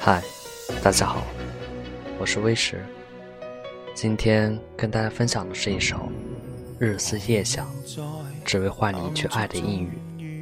嗨，大家好，我是威石。今天跟大家分享的是一首日思夜想，只为换你一句爱的应语。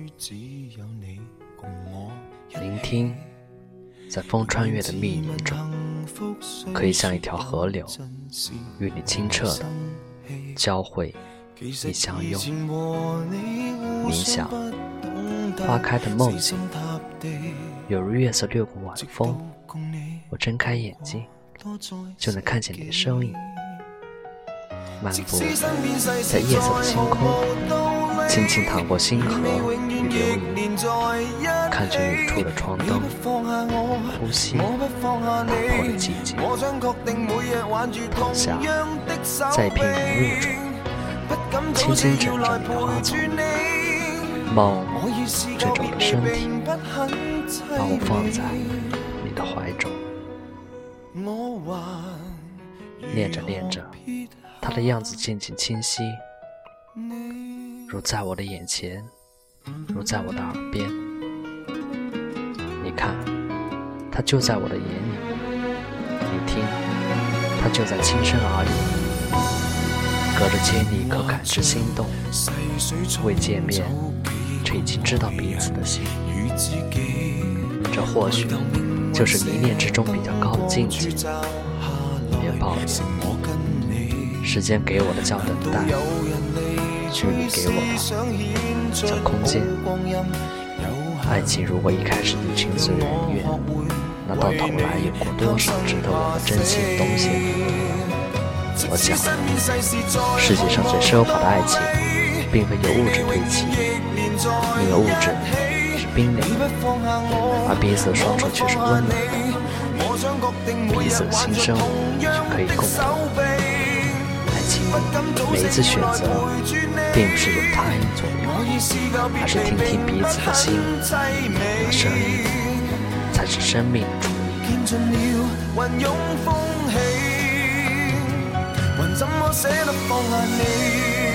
聆听，在风穿越的密云中，可以像一条河流，与你清澈的交汇亦相拥。冥想，花开的梦境，有如月色掠过晚风，我睁开眼睛就能看见你的身影。漫步在夜色的星空，轻轻淌过星河与流云，看着远处的窗灯，呼吸打破了寂静。躺下在一片云雾中，轻轻枕着你的花草，梦枕着我的身体，把我放在你的怀中。念着念着，他的样子渐渐清晰，如在我的眼前，如在我的耳边。你看，他就在我的眼里；你听，他就在轻声耳语。隔着千里可感知心动，未见面却已经知道彼此的心。这或许就是迷恋之中比较高的境界。别抱怨，时间给我的叫等待，距离给我的叫空间。爱情如果一开始就情随人愿，那到头来有过多少值得我们珍惜的东西呢？我想，世界上最奢华的爱情并非由物质堆砌，因为物质是冰凉的，而彼此的双手却是温暖的，彼此的心声却可以共同。爱情每一次选择并不是由他人左右，而是听听彼此的心，那声音才是生命的主意。怎麼捨得放下你？